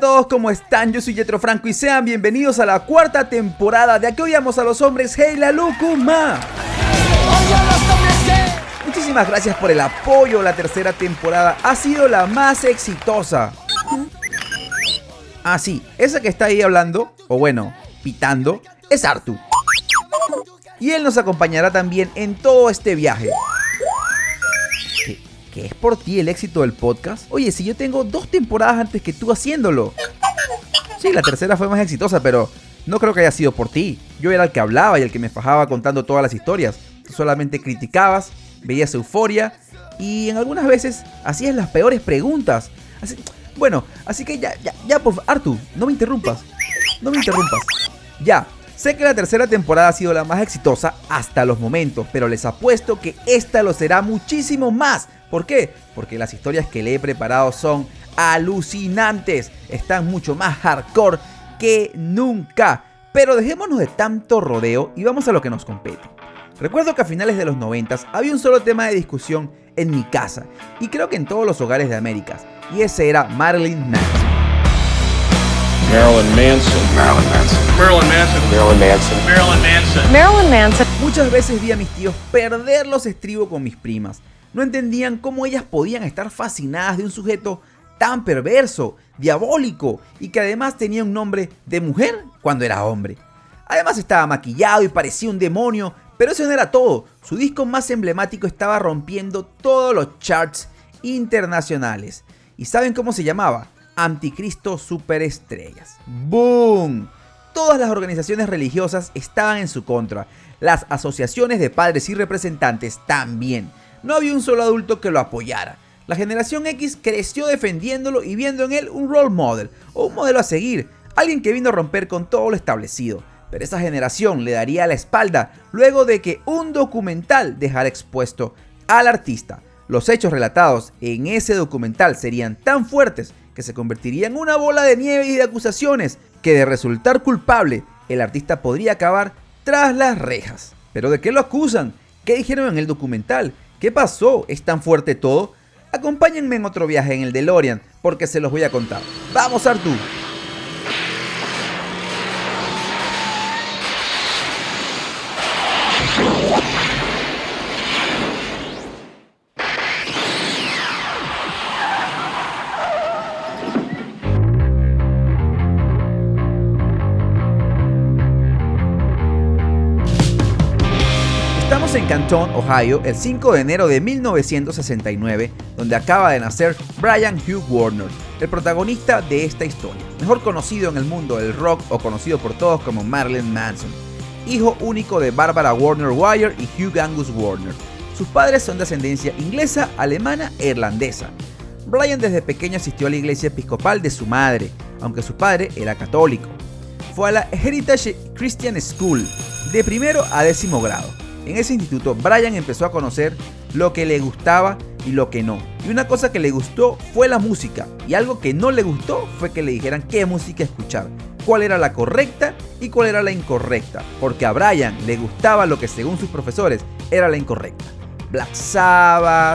todos, ¿cómo están? Yo soy Yetro Franco y sean bienvenidos a la cuarta temporada de Aquí Odiamos a los Hombres, Hey la Lucuma. Muchísimas gracias por el apoyo. La tercera temporada ha sido la más exitosa. Ah, sí, esa que está ahí hablando, o bueno, pitando, es Artu. Y él nos acompañará también en todo este viaje. ¿Que es por ti el éxito del podcast? Oye, si yo tengo 2 temporadas antes que tú haciéndolo. Sí, la tercera fue más exitosa, pero no creo que haya sido por ti. Yo era el que hablaba y el que me fajaba contando todas las historias. Tú solamente criticabas, veías euforia y en algunas veces hacías las peores preguntas. Así que ya, por favor, Artu, no me interrumpas. Ya, sé que la tercera temporada ha sido la más exitosa hasta los momentos, pero les apuesto que esta lo será muchísimo más. ¿Por qué? Porque las historias que le he preparado son alucinantes. Están mucho más hardcore que nunca. Pero dejémonos de tanto rodeo y vamos a lo que nos compete. Recuerdo que a finales de los 90 había un solo tema de discusión en mi casa y creo que en todos los hogares de América, y ese era Marilyn Manson. Marilyn Manson. Muchas veces vi a mis tíos perder los estribos con mis primas. No entendían cómo ellas podían estar fascinadas de un sujeto tan perverso, diabólico y que además tenía un nombre de mujer cuando era hombre. Además estaba maquillado y parecía un demonio, pero eso no era todo. Su disco más emblemático estaba rompiendo todos los charts internacionales. ¿Y saben cómo se llamaba? Anticristo Superestrellas. ¡Boom! Todas las organizaciones religiosas estaban en su contra. Las asociaciones de padres y representantes también. No había un solo adulto que lo apoyara. La generación X creció defendiéndolo y viendo en él un role model o un modelo a seguir. Alguien que vino a romper con todo lo establecido. Pero esa generación le daría la espalda luego de que un documental dejara expuesto al artista. Los hechos relatados en ese documental serían tan fuertes que se convertiría en una bola de nieve y de acusaciones que de resultar culpable, el artista podría acabar tras las rejas. ¿Pero de qué lo acusan? ¿Qué dijeron en el documental? ¿Qué pasó? ¿Es tan fuerte todo? Acompáñenme en otro viaje en el DeLorean porque se los voy a contar. ¡Vamos, Artu! Estamos en Canton, Ohio, el 5 de enero de 1969, donde acaba de nacer Brian Hugh Warner, el protagonista de esta historia, mejor conocido en el mundo del rock o conocido por todos como Marilyn Manson, hijo único de Barbara Warner Wire y Hugh Angus Warner. Sus padres son de ascendencia inglesa, alemana e irlandesa. Brian desde pequeño asistió a la iglesia episcopal de su madre, aunque su padre era católico. Fue a la Heritage Christian School, de primero a 10º grado. En ese instituto, Brian empezó a conocer lo que le gustaba y lo que no. Y una cosa que le gustó fue la música. Y algo que no le gustó fue que le dijeran qué música escuchar, cuál era la correcta y cuál era la incorrecta. Porque a Brian le gustaba lo que según sus profesores era la incorrecta. Black Sabbath,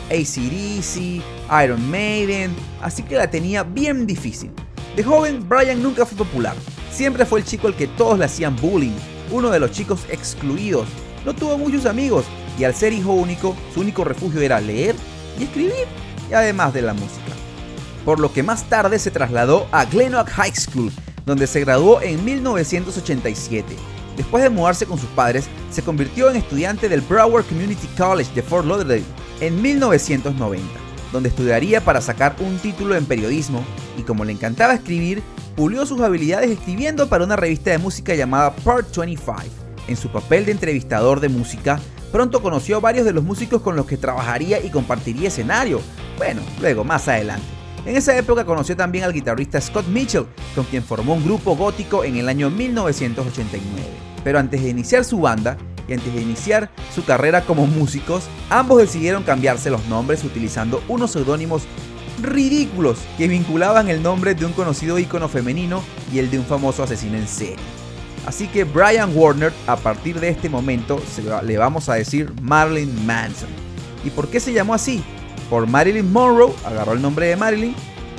AC/DC, Iron Maiden, así que la tenía bien difícil. De joven, Brian nunca fue popular. Siempre fue el chico al que todos le hacían bullying, uno de los chicos excluidos. No tuvo muchos amigos y al ser hijo único, su único refugio era leer y escribir, y además de la música. Por lo que más tarde se trasladó a Glen Oak High School, donde se graduó en 1987. Después de mudarse con sus padres, se convirtió en estudiante del Broward Community College de Fort Lauderdale en 1990, donde estudiaría para sacar un título en periodismo y como le encantaba escribir, pulió sus habilidades escribiendo para una revista de música llamada Part 25. En su papel de entrevistador de música, pronto conoció a varios de los músicos con los que trabajaría y compartiría escenario. Bueno, luego, más adelante. En esa época conoció también al guitarrista Scott Mitchell, con quien formó un grupo gótico en el año 1989. Pero antes de iniciar su banda y antes de iniciar su carrera como músicos, ambos decidieron cambiarse los nombres utilizando unos seudónimos ridículos que vinculaban el nombre de un conocido ícono femenino y el de un famoso asesino en serie. Así que Brian Warner, a partir de este momento, le vamos a decir Marilyn Manson. ¿Y por qué se llamó así? Por Marilyn Monroe, agarró el nombre de Marilyn,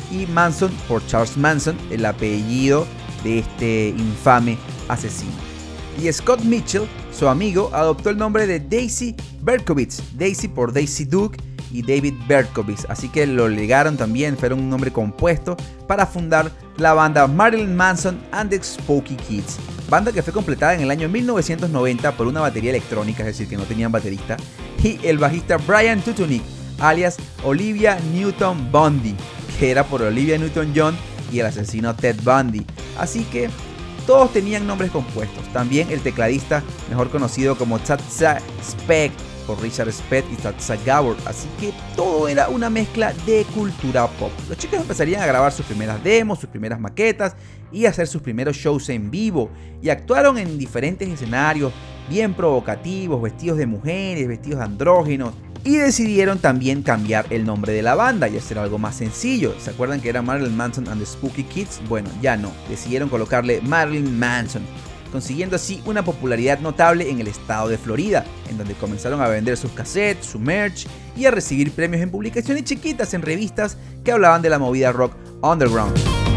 y Manson por Charles Manson, el apellido de este infame asesino. Y Scott Mitchell, su amigo, adoptó el nombre de Daisy Berkowitz, Daisy por Daisy Duke y David Berkowitz, así que lo legaron también, fueron un nombre compuesto para fundar la banda Marilyn Manson and the Spooky Kids, banda que fue completada en el año 1990 por una batería electrónica, es decir, que no tenían baterista, y el bajista Brian Tutunick, alias Olivia Newton-Bundy, que era por Olivia Newton-John y el asesino Ted Bundy, así que todos tenían nombres compuestos. También el tecladista, mejor conocido como Tatsa Speck por Richard Speck y Tatsa Gabor, así que todo era una mezcla de cultura pop. Los chicos empezarían a grabar sus primeras demos, sus primeras maquetas y a hacer sus primeros shows en vivo, y actuaron en diferentes escenarios bien provocativos, vestidos de mujeres, vestidos de andróginos, y decidieron también cambiar el nombre de la banda y hacer algo más sencillo. ¿Se acuerdan que era Marilyn Manson and the Spooky Kids? Bueno, ya no, decidieron colocarle Marilyn Manson, consiguiendo así una popularidad notable en el estado de Florida, en donde comenzaron a vender sus cassettes, su merch y a recibir premios en publicaciones chiquitas en revistas que hablaban de la movida rock underground.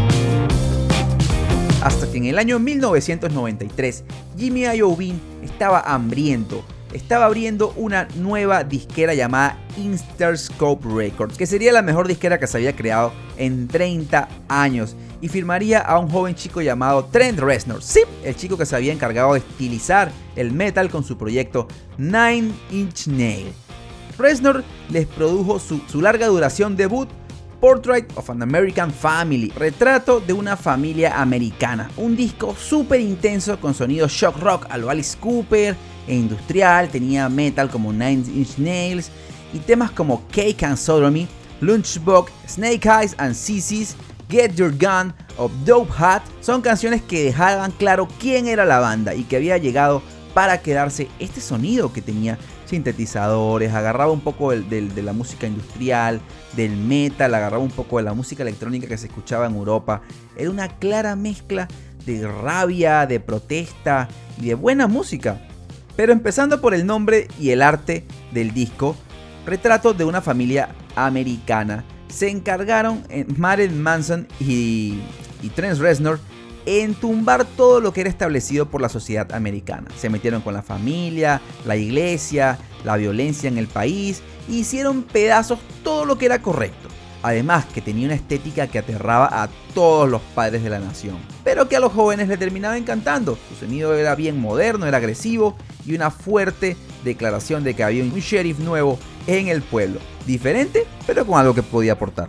Hasta que en el año 1993, Jimmy Iovine estaba hambriento. Estaba abriendo una nueva disquera llamada Interscope Records, que sería la mejor disquera que se había creado en 30 años, y firmaría a un joven chico llamado Trent Reznor, sí, el chico que se había encargado de estilizar el metal con su proyecto Nine Inch Nails. Reznor les produjo su larga duración debut, Portrait of an American Family, retrato de una familia americana, un disco súper intenso con sonido shock rock a lo Alice Cooper e industrial, tenía metal como Nine Inch Nails y temas como Cake and Sodomy, Lunchbox, Snake Eyes and Sissies, Get Your Gun o Dope Hat. Son canciones que dejaban claro quién era la banda y que había llegado para quedarse. Este sonido que tenía sintetizadores, agarraba un poco de la música industrial, del metal, agarraba un poco de la música electrónica que se escuchaba en Europa. Era una clara mezcla de rabia, de protesta y de buena música. Pero empezando por el nombre y el arte del disco, Retrato de una familia americana, se encargaron Marilyn Manson y Trent Reznor en tumbar todo lo que era establecido por la sociedad americana. Se metieron con la familia, la iglesia, la violencia en el país e hicieron pedazos todo lo que era correcto. Además que tenía una estética que aterraba a todos los padres de la nación, pero que a los jóvenes les terminaba encantando. Su sonido era bien moderno, era agresivo y una fuerte declaración de que había un sheriff nuevo en el pueblo. Diferente, pero con algo que podía aportar.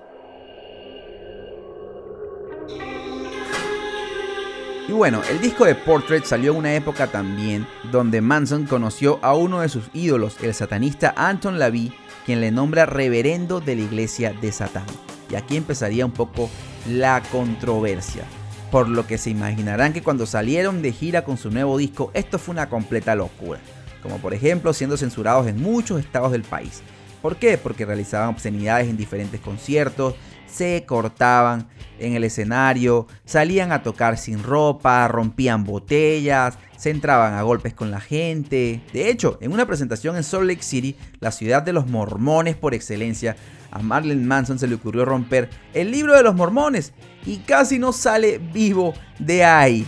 Y bueno, el disco de Portrait salió en una época también donde Manson conoció a uno de sus ídolos, el satanista Anton LaVey, quien le nombra reverendo de la iglesia de Satán. Y aquí empezaría un poco la controversia, por lo que se imaginarán que cuando salieron de gira con su nuevo disco, esto fue una completa locura, como por ejemplo siendo censurados en muchos estados del país. ¿Por qué? Porque realizaban obscenidades en diferentes conciertos, se cortaban en el escenario, salían a tocar sin ropa, rompían botellas, se entraban a golpes con la gente. De hecho, en una presentación en Salt Lake City, la ciudad de los mormones por excelencia, a Marilyn Manson se le ocurrió romper el libro de los mormones y casi no sale vivo de ahí.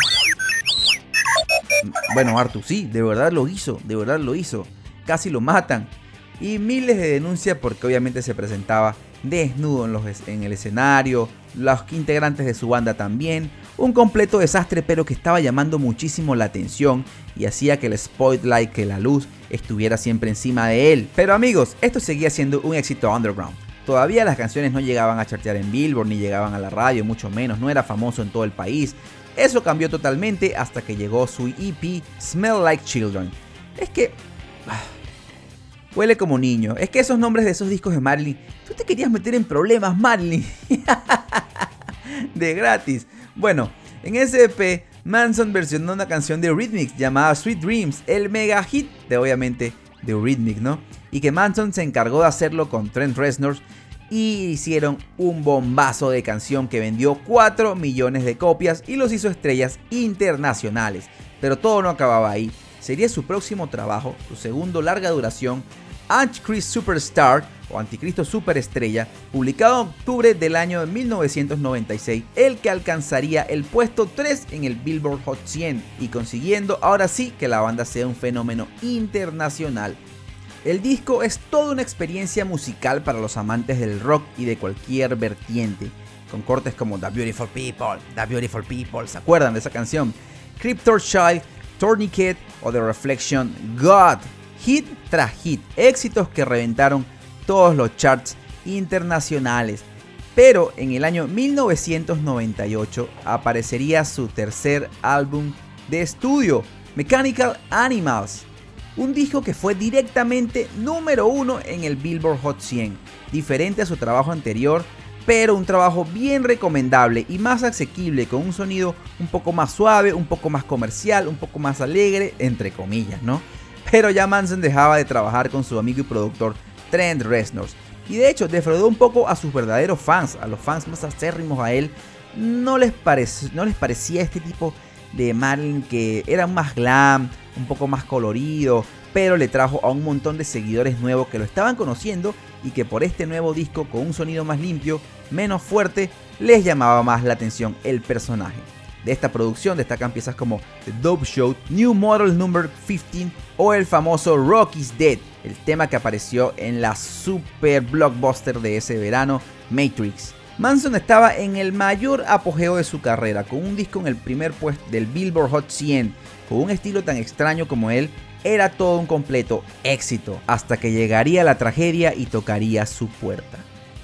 Bueno, Arthur, sí, de verdad lo hizo, casi lo matan. Y miles de denuncias porque obviamente se presentaba desnudo en el escenario, los integrantes de su banda también. Un completo desastre, pero que estaba llamando muchísimo la atención y hacía que el spotlight, que la luz, estuviera siempre encima de él. Pero amigos, esto seguía siendo un éxito underground. Todavía las canciones no llegaban a chartear en Billboard, ni llegaban a la radio, mucho menos, no era famoso en todo el país. Eso cambió totalmente hasta que llegó su EP Smell Like Children. Es que... huele como niño. Es que esos nombres de esos discos de Marilyn, tú te querías meter en problemas, Marilyn. De gratis. Bueno, en ese EP, Manson versionó una canción de Eurythmics llamada Sweet Dreams, el mega hit de obviamente de Eurythmics, ¿no? Y que Manson se encargó de hacerlo con Trent Reznor y hicieron un bombazo de canción que vendió 4 millones de copias y los hizo estrellas internacionales. Pero todo no acababa ahí. Sería su próximo trabajo, su segundo larga duración, Antichrist Superstar o Anticristo Superestrella, publicado en octubre del año de 1996, el que alcanzaría el puesto 3 en el Billboard Hot 100 y consiguiendo ahora sí que la banda sea un fenómeno internacional. El disco es toda una experiencia musical para los amantes del rock y de cualquier vertiente, con cortes como The Beautiful People, ¿se acuerdan de esa canción? Cryptor Child, Tourniquet o The Reflection, God, hit tras hit, éxitos que reventaron todos los charts internacionales. Pero en el año 1998 aparecería su tercer álbum de estudio, Mechanical Animals, un disco que fue directamente número 1 en el Billboard Hot 100, diferente a su trabajo anterior, pero un trabajo bien recomendable y más asequible, con un sonido un poco más suave, un poco más comercial, un poco más alegre, entre comillas, ¿no? Pero ya Manson dejaba de trabajar con su amigo y productor Trent Reznor, y de hecho defraudó un poco a sus verdaderos fans, a los fans más acérrimos a él. No les parecía este tipo de Marilyn, que era más glam, un poco más colorido, pero le trajo a un montón de seguidores nuevos que lo estaban conociendo y que por este nuevo disco con un sonido más limpio, menos fuerte, les llamaba más la atención el personaje. De esta producción destacan piezas como The Dope Show, New Model No. 15 o el famoso Rocky's Dead, el tema que apareció en la super blockbuster de ese verano, Matrix. Manson estaba en el mayor apogeo de su carrera, con un disco en el primer puesto del Billboard Hot 100, con un estilo tan extraño como él. Era todo un completo éxito, hasta que llegaría la tragedia y tocaría su puerta.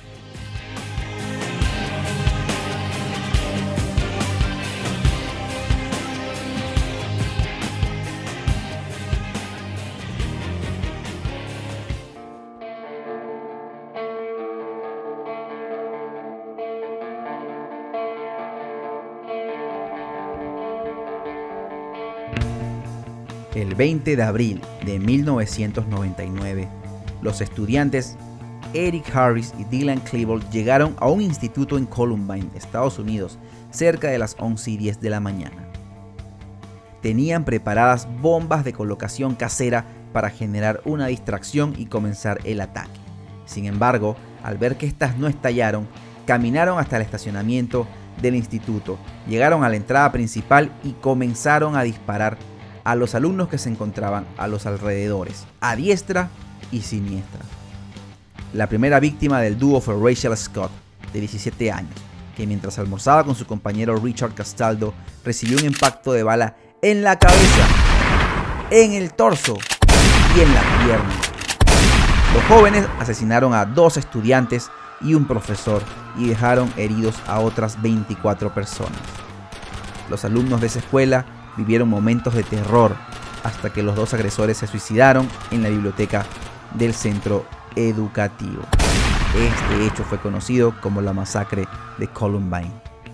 El 20 de abril de 1999, los estudiantes Eric Harris y Dylan Klebold llegaron a un instituto en Columbine, Estados Unidos, cerca de las 11:10 de la mañana. Tenían preparadas bombas de colocación casera para generar una distracción y comenzar el ataque. Sin embargo, al ver que estas no estallaron, caminaron hasta el estacionamiento del instituto, llegaron a la entrada principal y comenzaron a disparar a los alumnos que se encontraban a los alrededores, a diestra y siniestra. La primera víctima del dúo fue Rachel Scott, de 17 años, que mientras almorzaba con su compañero Richard Castaldo, recibió un impacto de bala en la cabeza, en el torso y en la pierna. Los jóvenes asesinaron a 2 estudiantes y un profesor y dejaron heridos a otras 24 personas. Los alumnos de esa escuela vivieron momentos de terror hasta que los 2 agresores se suicidaron en la biblioteca del centro educativo. Este hecho fue conocido como la masacre de Columbine.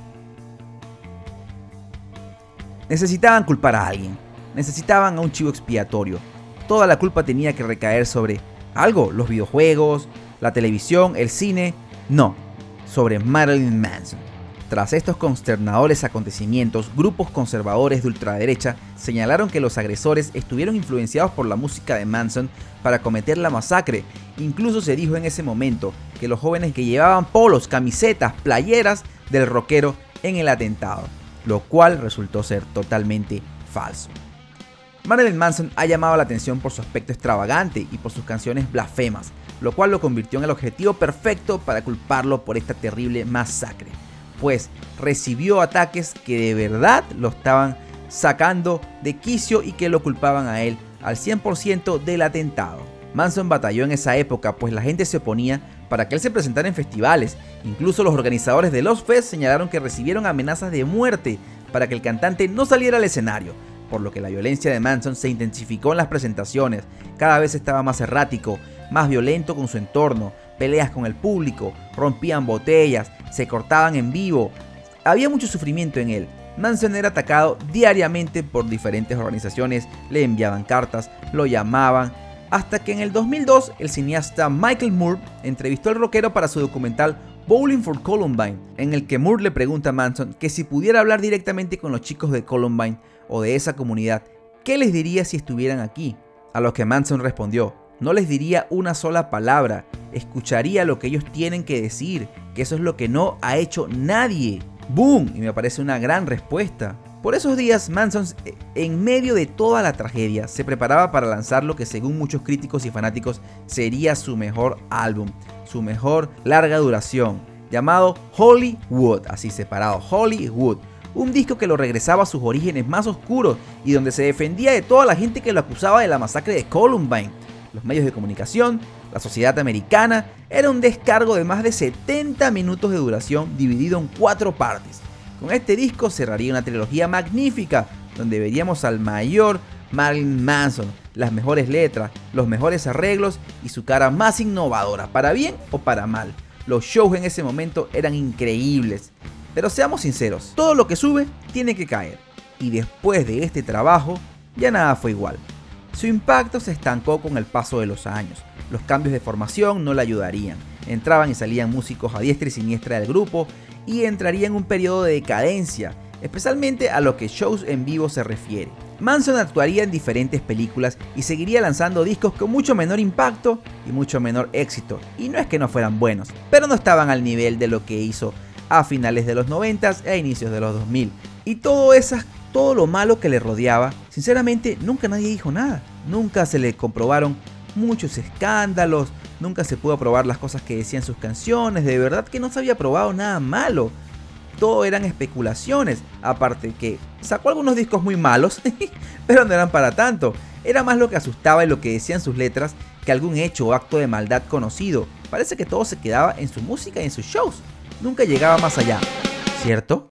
Necesitaban culpar a alguien, necesitaban a un chivo expiatorio. Toda la culpa tenía que recaer sobre algo, los videojuegos, la televisión, el cine. No, sobre Marilyn Manson. Tras estos consternadores acontecimientos, grupos conservadores de ultraderecha señalaron que los agresores estuvieron influenciados por la música de Manson para cometer la masacre. Incluso se dijo en ese momento que los jóvenes que llevaban polos, camisetas, playeras del rockero en el atentado, lo cual resultó ser totalmente falso. Marilyn Manson ha llamado la atención por su aspecto extravagante y por sus canciones blasfemas, lo cual lo convirtió en el objetivo perfecto para culparlo por esta terrible masacre, pues recibió ataques que de verdad lo estaban sacando de quicio y que lo culpaban a él al 100% del atentado. Manson batalló en esa época, pues la gente se oponía para que él se presentara en festivales. Incluso los organizadores de los Fest señalaron que recibieron amenazas de muerte para que el cantante no saliera al escenario, por lo que la violencia de Manson se intensificó en las presentaciones. Cada vez estaba más errático, más violento con su entorno, peleas con el público, rompían botellas, se cortaban en vivo. Había mucho sufrimiento en él. Manson era atacado diariamente por diferentes organizaciones, le enviaban cartas, lo llamaban, hasta que en el 2002 el cineasta Michael Moore entrevistó al rockero para su documental Bowling for Columbine, en el que Moore le pregunta a Manson que si pudiera hablar directamente con los chicos de Columbine o de esa comunidad, ¿qué les diría si estuvieran aquí? A lo que Manson respondió: No les diría una sola palabra, escucharía lo que ellos tienen que decir, que eso es lo que no ha hecho nadie. ¡Boom! Y me parece una gran respuesta. Por esos días, Manson, en medio de toda la tragedia, se preparaba para lanzar lo que según muchos críticos y fanáticos sería su mejor álbum, su mejor larga duración, llamado Hollywood, así separado, Hollywood. Un disco que lo regresaba a sus orígenes más oscuros y donde se defendía de toda la gente que lo acusaba de la masacre de Columbine. Los medios de comunicación, la sociedad americana, era un descargo de más de 70 minutos de duración dividido en 4 partes. Con este disco cerraría una trilogía magnífica donde veríamos al mayor Marilyn Manson, las mejores letras, los mejores arreglos y su cara más innovadora, para bien o para mal. Los shows en ese momento eran increíbles. Pero seamos sinceros, todo lo que sube tiene que caer. Y después de este trabajo, ya nada fue igual. Su impacto se estancó con el paso de los años. Los cambios de formación no le ayudarían. Entraban y salían músicos a diestra y siniestra del grupo y entraría en un periodo de decadencia, especialmente a lo que shows en vivo se refiere. Manson actuaría en diferentes películas y seguiría lanzando discos con mucho menor impacto y mucho menor éxito. Y no es que no fueran buenos, pero no estaban al nivel de lo que hizo a finales de los 90 e inicios de los 2000. Y todo lo malo que le rodeaba, sinceramente nunca nadie dijo nada. Nunca se le comprobaron muchos escándalos, nunca se pudo probar las cosas que decían sus canciones, de verdad que no se había probado nada malo. Todo eran especulaciones, aparte que sacó algunos discos muy malos, pero no eran para tanto. Era más lo que asustaba y lo que decían sus letras que algún hecho o acto de maldad conocido. Parece que todo se quedaba en su música y en sus shows. Nunca llegaba más allá, ¿cierto?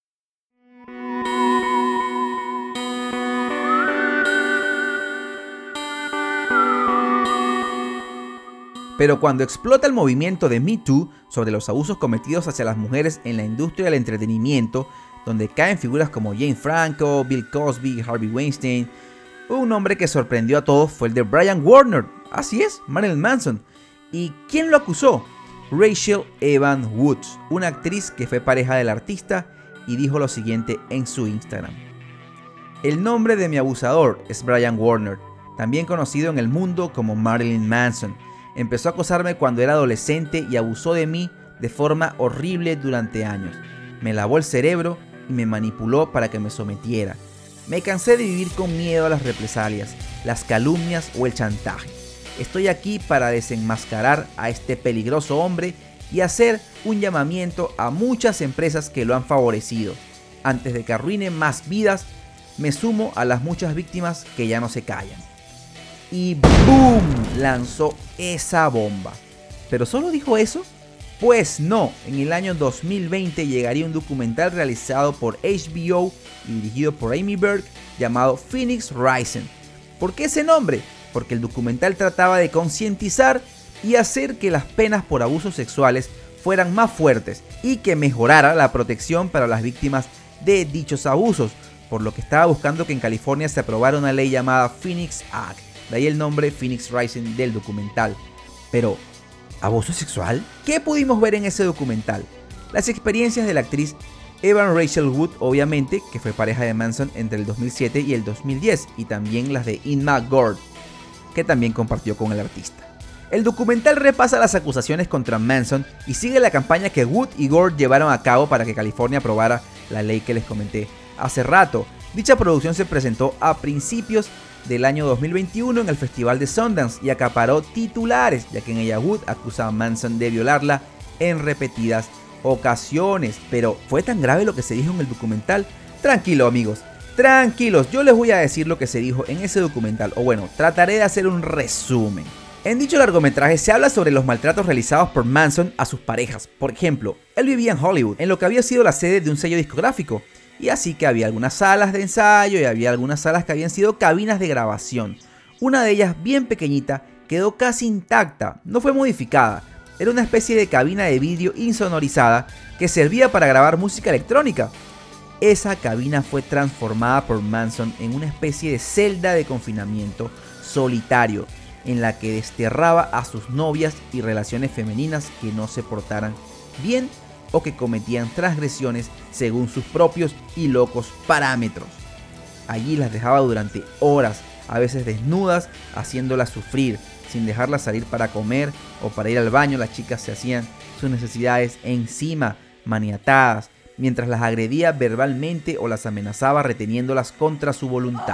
Pero cuando explota el movimiento de Me Too sobre los abusos cometidos hacia las mujeres en la industria del entretenimiento, donde caen figuras como Jane Franco, Bill Cosby, Harvey Weinstein, un nombre que sorprendió a todos fue el de Brian Warner, así es, Marilyn Manson. ¿Y quién lo acusó? Rachel Evans Woods, una actriz que fue pareja del artista y dijo lo siguiente en su Instagram: el nombre de mi abusador es Brian Warner, también conocido en el mundo como Marilyn Manson. Empezó a acosarme cuando era adolescente y abusó de mí de forma horrible durante años. Me lavó el cerebro y me manipuló para que me sometiera. Me cansé de vivir con miedo a las represalias, las calumnias o el chantaje. Estoy aquí para desenmascarar a este peligroso hombre y hacer un llamamiento a muchas empresas que lo han favorecido. Antes de que arruine más vidas, me sumo a las muchas víctimas que ya no se callan. Y ¡boom! Lanzó esa bomba. ¿Pero solo dijo eso? Pues no, en el año 2020 llegaría un documental realizado por HBO y dirigido por Amy Berg llamado Phoenix Rising. ¿Por qué ese nombre? Porque el documental trataba de concientizar y hacer que las penas por abusos sexuales fueran más fuertes y que mejorara la protección para las víctimas de dichos abusos, por lo que estaba buscando que en California se aprobara una ley llamada Phoenix Act. De ahí el nombre Phoenix Rising del documental. Pero, ¿abuso sexual? ¿Qué pudimos ver en ese documental? Las experiencias de la actriz Evan Rachel Wood, obviamente, que fue pareja de Manson entre el 2007 y el 2010, y también las de Inma Gord, que también compartió con el artista. El documental repasa las acusaciones contra Manson y sigue la campaña que Wood y Gord llevaron a cabo para que California aprobara la ley que les comenté hace rato. Dicha producción se presentó a principios del año 2021 en el Festival de Sundance y acaparó titulares, ya que en ella Wood acusa a Manson de violarla en repetidas ocasiones. Pero ¿fue tan grave lo que se dijo en el documental? Tranquilo, amigos, tranquilos, yo les voy a decir lo que se dijo en ese documental, o bueno, trataré de hacer un resumen. En dicho largometraje se habla sobre los maltratos realizados por Manson a sus parejas. Por ejemplo, él vivía en Hollywood, en lo que había sido la sede de un sello discográfico, y así que había algunas salas de ensayo y había algunas salas que habían sido cabinas de grabación. Una de ellas, bien pequeñita, quedó casi intacta, no fue modificada. Era una especie de cabina de vidrio insonorizada que servía para grabar música electrónica. Esa cabina fue transformada por Manson en una especie de celda de confinamiento solitario, en la que desterraba a sus novias y relaciones femeninas que no se portaran bien o que cometían transgresiones según sus propios y locos parámetros. Allí las dejaba durante horas, a veces desnudas, haciéndolas sufrir, sin dejarla salir para comer o para ir al baño. Las chicas se hacían sus necesidades encima, maniatadas, mientras las agredía verbalmente o las amenazaba reteniéndolas contra su voluntad.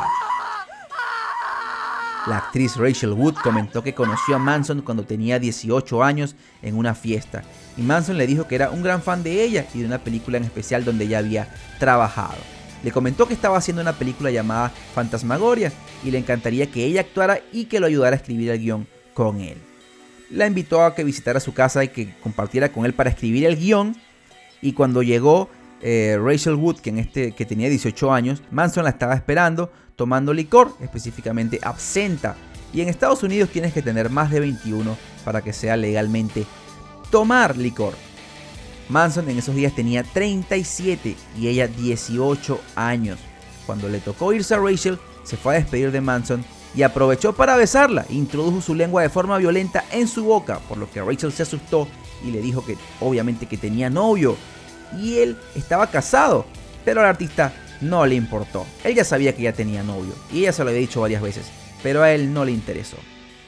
La actriz Rachel Wood comentó que conoció a Manson cuando tenía 18 años en una fiesta, y Manson le dijo que era un gran fan de ella y de una película en especial donde ella había trabajado. Le comentó que estaba haciendo una película llamada Fantasmagoria y le encantaría que ella actuara y que lo ayudara a escribir el guión con él. La invitó a que visitara su casa y que compartiera con él para escribir el guión, y cuando llegó Rachel Wood, que tenía 18 años, Manson la estaba esperando tomando licor, específicamente absenta, y en Estados Unidos tienes que tener más de 21 para que sea legalmente tomar licor. Manson en esos días tenía 37 y ella 18 años. Cuando le tocó irse a Rachel, se fue a despedir de Manson y aprovechó para besarla. Introdujo su lengua de forma violenta en su boca, por lo que Rachel se asustó y le dijo que obviamente que tenía novio y él estaba casado, pero al artista no le importó. Él ya sabía que ya tenía novio y ella se lo había dicho varias veces, pero a él no le interesó.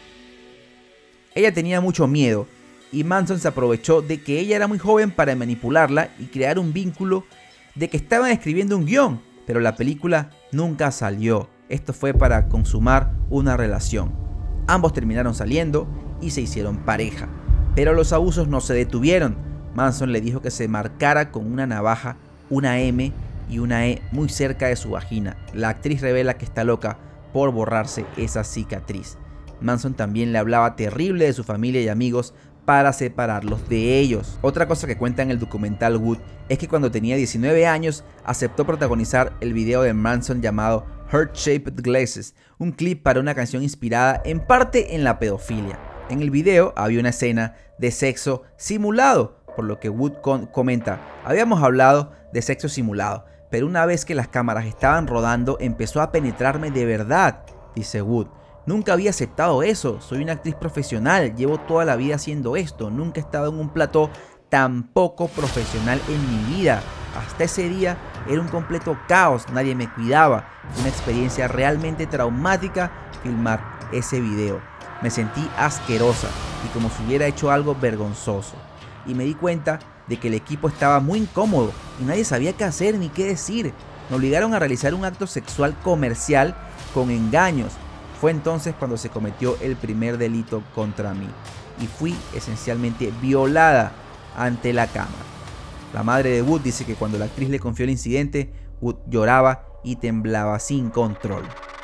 Ella tenía mucho miedo y Manson se aprovechó de que ella era muy joven para manipularla y crear un vínculo de que estaban escribiendo un guión, pero la película nunca salió. Esto fue para consumar una relación. Ambos terminaron saliendo y se hicieron pareja, pero los abusos no se detuvieron. Manson le dijo que se marcara con una navaja una M y una E muy cerca de su vagina. La actriz revela que está loca por borrarse esa cicatriz. Manson también le hablaba terrible de su familia y amigos para separarlos de ellos. Otra cosa que cuenta en el documental Wood es que cuando tenía 19 años aceptó protagonizar el video de Manson llamado Heart Shaped Glasses, un clip para una canción inspirada en parte en la pedofilia. En el video había una escena de sexo simulado, por lo que Wood comenta: habíamos hablado de sexo simulado, pero una vez que las cámaras estaban rodando empezó a penetrarme de verdad, dice Wood. Nunca había aceptado eso, soy una actriz profesional, llevo toda la vida haciendo esto, nunca he estado en un plató tan poco profesional en mi vida. Hasta ese día era un completo caos, nadie me cuidaba, fue una experiencia realmente traumática filmar ese video. Me sentí asquerosa y como si hubiera hecho algo vergonzoso. Y me di cuenta de que el equipo estaba muy incómodo y nadie sabía qué hacer ni qué decir. Me obligaron a realizar un acto sexual comercial con engaños. Fue entonces cuando se cometió el primer delito contra mí y fui esencialmente violada ante la cámara. La madre de Wood dice que cuando la actriz le confió el incidente, Wood lloraba y temblaba sin control.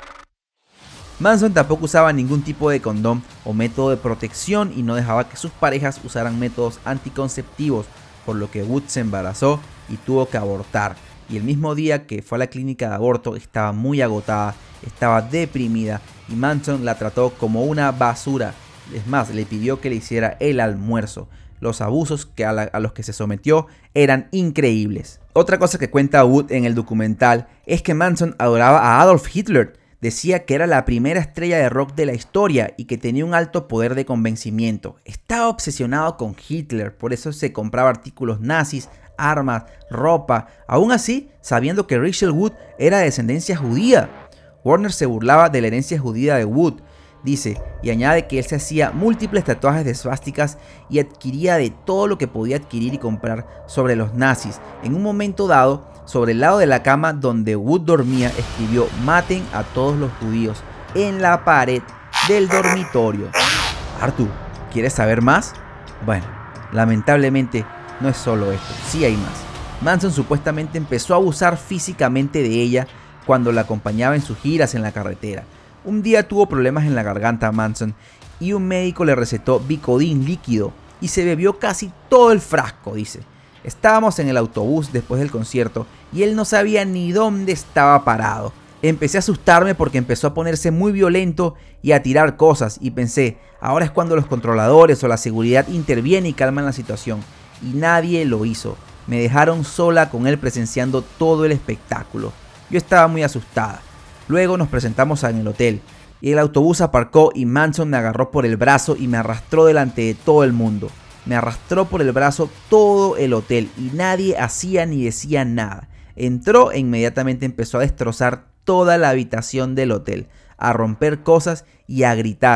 Manson tampoco usaba ningún tipo de condón o método de protección y no dejaba que sus parejas usaran métodos anticonceptivos, por lo que Wood se embarazó y tuvo que abortar. Y el mismo día que fue a la clínica de aborto estaba muy agotada, estaba deprimida y Manson la trató como una basura. Es más, le pidió que le hiciera el almuerzo. Los abusos a los que se sometió eran increíbles. Otra cosa que cuenta Wood en el documental es que Manson adoraba a Adolf Hitler. Decía que era la primera estrella de rock de la historia y que tenía un alto poder de convencimiento. Estaba obsesionado con Hitler, por eso se compraba artículos nazis, armas, ropa, aún así sabiendo que Rachel Wood era de descendencia judía. Warner se burlaba de la herencia judía de Wood, dice, y añade que él se hacía múltiples tatuajes de svásticas y adquiría de todo lo que podía adquirir y comprar sobre los nazis. En un momento dado, sobre el lado de la cama donde Wood dormía, escribió "Maten a todos los judíos" en la pared del dormitorio. Arthur, ¿quieres saber más? Bueno, lamentablemente no es solo esto, sí hay más. Manson supuestamente empezó a abusar físicamente de ella cuando la acompañaba en sus giras en la carretera. Un día tuvo problemas en la garganta Manson y un médico le recetó Vicodin líquido y se bebió casi todo el frasco, dice. Estábamos en el autobús después del concierto y él no sabía ni dónde estaba parado. Empecé a asustarme porque empezó a ponerse muy violento y a tirar cosas y pensé, ahora es cuando los controladores o la seguridad intervienen y calman la situación. Y nadie lo hizo. Me dejaron sola con él presenciando todo el espectáculo. Yo estaba muy asustada. Luego nos presentamos en el hotel y el autobús aparcó y Manson me agarró por el brazo y me arrastró delante de todo el mundo. Me arrastró por el brazo todo el hotel y nadie hacía ni decía nada. Entró e inmediatamente empezó a destrozar toda la habitación del hotel, a romper cosas y a gritar.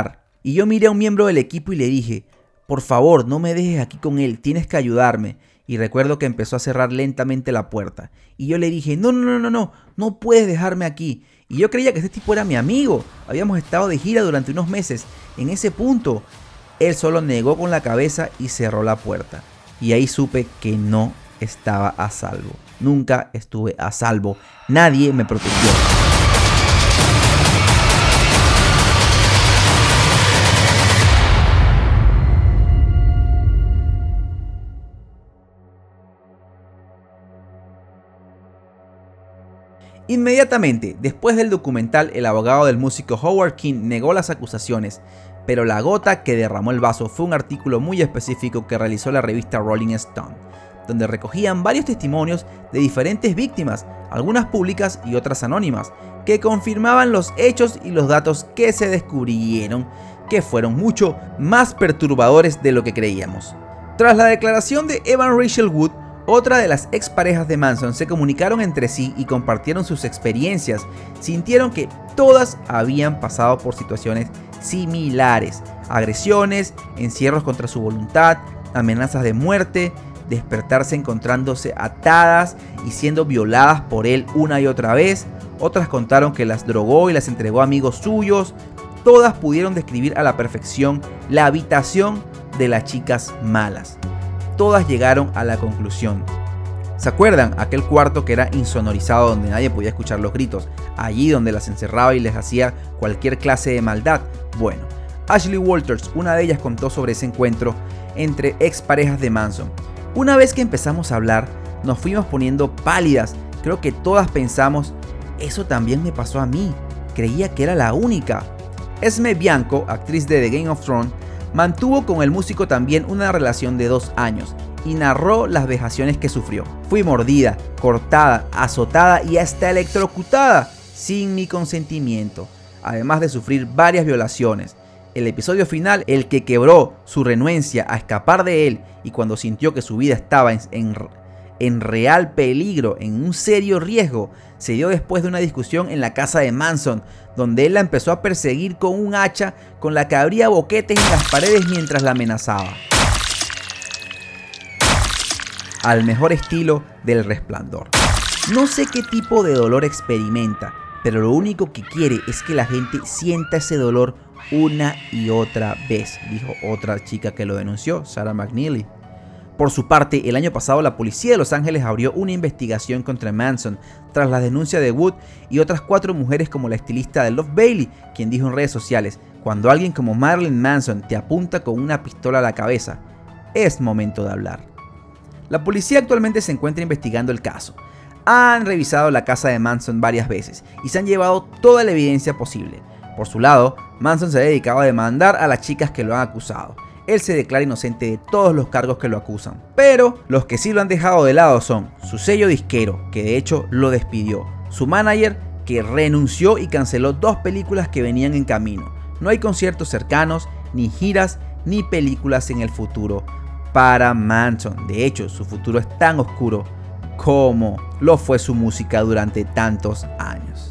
Y yo miré a un miembro del equipo y le dije, por favor, no me dejes aquí con él, tienes que ayudarme. Y recuerdo que empezó a cerrar lentamente la puerta. Y yo le dije, no puedes dejarme aquí. Y yo creía que este tipo era mi amigo. Habíamos estado de gira durante unos meses. En ese punto, él solo negó con la cabeza y cerró la puerta. Y ahí supe que no estaba a salvo. Nunca estuve a salvo. Nadie me protegió. Inmediatamente después del documental, el abogado del músico Howard King negó las acusaciones, pero la gota que derramó el vaso fue un artículo muy específico que realizó la revista Rolling Stone, donde recogían varios testimonios de diferentes víctimas, algunas públicas y otras anónimas, que confirmaban los hechos y los datos que se descubrieron, que fueron mucho más perturbadores de lo que creíamos. Tras la declaración de Evan Rachel Wood, otra de las exparejas de Manson, se comunicaron entre sí y compartieron sus experiencias. Sintieron que todas habían pasado por situaciones similares: agresiones, encierros contra su voluntad, amenazas de muerte, despertarse encontrándose atadas y siendo violadas por él una y otra vez. Otras contaron que las drogó y las entregó a amigos suyos. Todas pudieron describir a la perfección la habitación de las chicas malas. Todas llegaron a la conclusión. ¿Se acuerdan? Aquel cuarto que era insonorizado, donde nadie podía escuchar los gritos, allí donde las encerraba y les hacía cualquier clase de maldad. Bueno, Ashley Walters, una de ellas, contó sobre ese encuentro entre exparejas de Manson. Una vez que empezamos a hablar, nos fuimos poniendo pálidas. Creo que todas pensamos, eso también me pasó a mí. Creía que era la única. Esme Bianco, actriz de The Game of Thrones, mantuvo con el músico también una relación de 2 años y narró las vejaciones que sufrió. Fui mordida, cortada, azotada y hasta electrocutada sin mi consentimiento, además de sufrir varias violaciones. El episodio final, el que quebró su renuencia a escapar de él y cuando sintió que su vida estaba en real peligro, en un serio riesgo, se dio después de una discusión en la casa de Manson, donde él la empezó a perseguir con un hacha con la que abría boquetes en las paredes mientras la amenazaba. Al mejor estilo del Resplandor. No sé qué tipo de dolor experimenta, pero lo único que quiere es que la gente sienta ese dolor una y otra vez, dijo otra chica que lo denunció, Sarah McNeely. Por su parte, el año pasado la policía de Los Ángeles abrió una investigación contra Manson tras la denuncia de Wood y otras 4 mujeres como la estilista de Love Bailey, quien dijo en redes sociales: cuando alguien como Marilyn Manson te apunta con una pistola a la cabeza, es momento de hablar. La policía actualmente se encuentra investigando el caso. Han revisado la casa de Manson varias veces y se han llevado toda la evidencia posible. Por su lado, Manson se ha dedicado a demandar a las chicas que lo han acusado. Él se declara inocente de todos los cargos que lo acusan. Pero los que sí lo han dejado de lado son su sello disquero, que de hecho lo despidió, su manager, que renunció y canceló 2 películas que venían en camino. No hay conciertos cercanos, ni giras, ni películas en el futuro para Manson. De hecho, su futuro es tan oscuro como lo fue su música durante tantos años.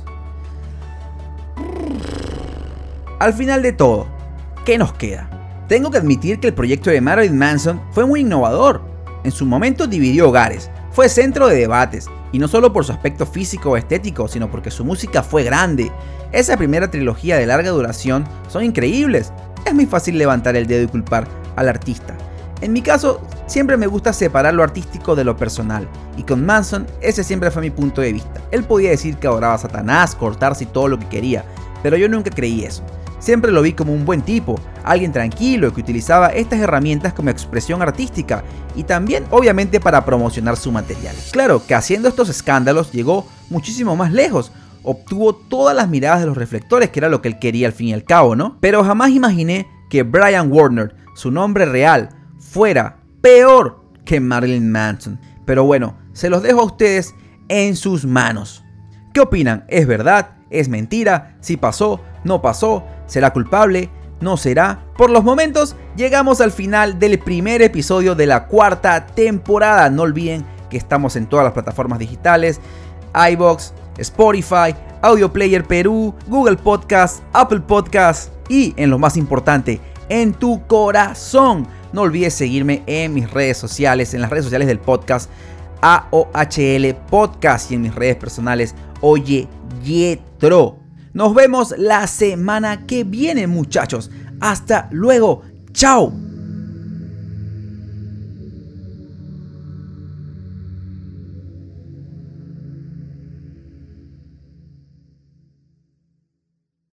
Al final de todo, ¿qué nos queda? Tengo que admitir que el proyecto de Marilyn Manson fue muy innovador. En su momento dividió hogares, fue centro de debates, y no solo por su aspecto físico o estético, sino porque su música fue grande. Esa primera trilogía de larga duración son increíbles. Es muy fácil levantar el dedo y culpar al artista. En mi caso, siempre me gusta separar lo artístico de lo personal, y con Manson ese siempre fue mi punto de vista. Él podía decir que adoraba a Satanás, cortarse y todo lo que quería, pero yo nunca creí eso. Siempre lo vi como un buen tipo, alguien tranquilo que utilizaba estas herramientas como expresión artística y también obviamente para promocionar su material. Claro que haciendo estos escándalos llegó muchísimo más lejos, obtuvo todas las miradas de los reflectores, que era lo que él quería al fin y al cabo, ¿no? Pero jamás imaginé que Brian Warner, su nombre real, fuera peor que Marilyn Manson. Pero bueno, se los dejo a ustedes en sus manos. ¿Qué opinan? ¿Es verdad? ¿Es mentira? ¿Sí pasó? ¿No pasó? ¿Será culpable? ¿No será? Por los momentos, llegamos al final del primer episodio de la 4ª temporada. No olviden que estamos en todas las plataformas digitales: iVoox, Spotify, Audio Player Perú, Google Podcast, Apple Podcast y en lo más importante, en tu corazón. No olvides seguirme en mis redes sociales, en las redes sociales del podcast AOHL Podcast y en mis redes personales Oye Yetro. Nos vemos la semana que viene, muchachos. Hasta luego. Chao.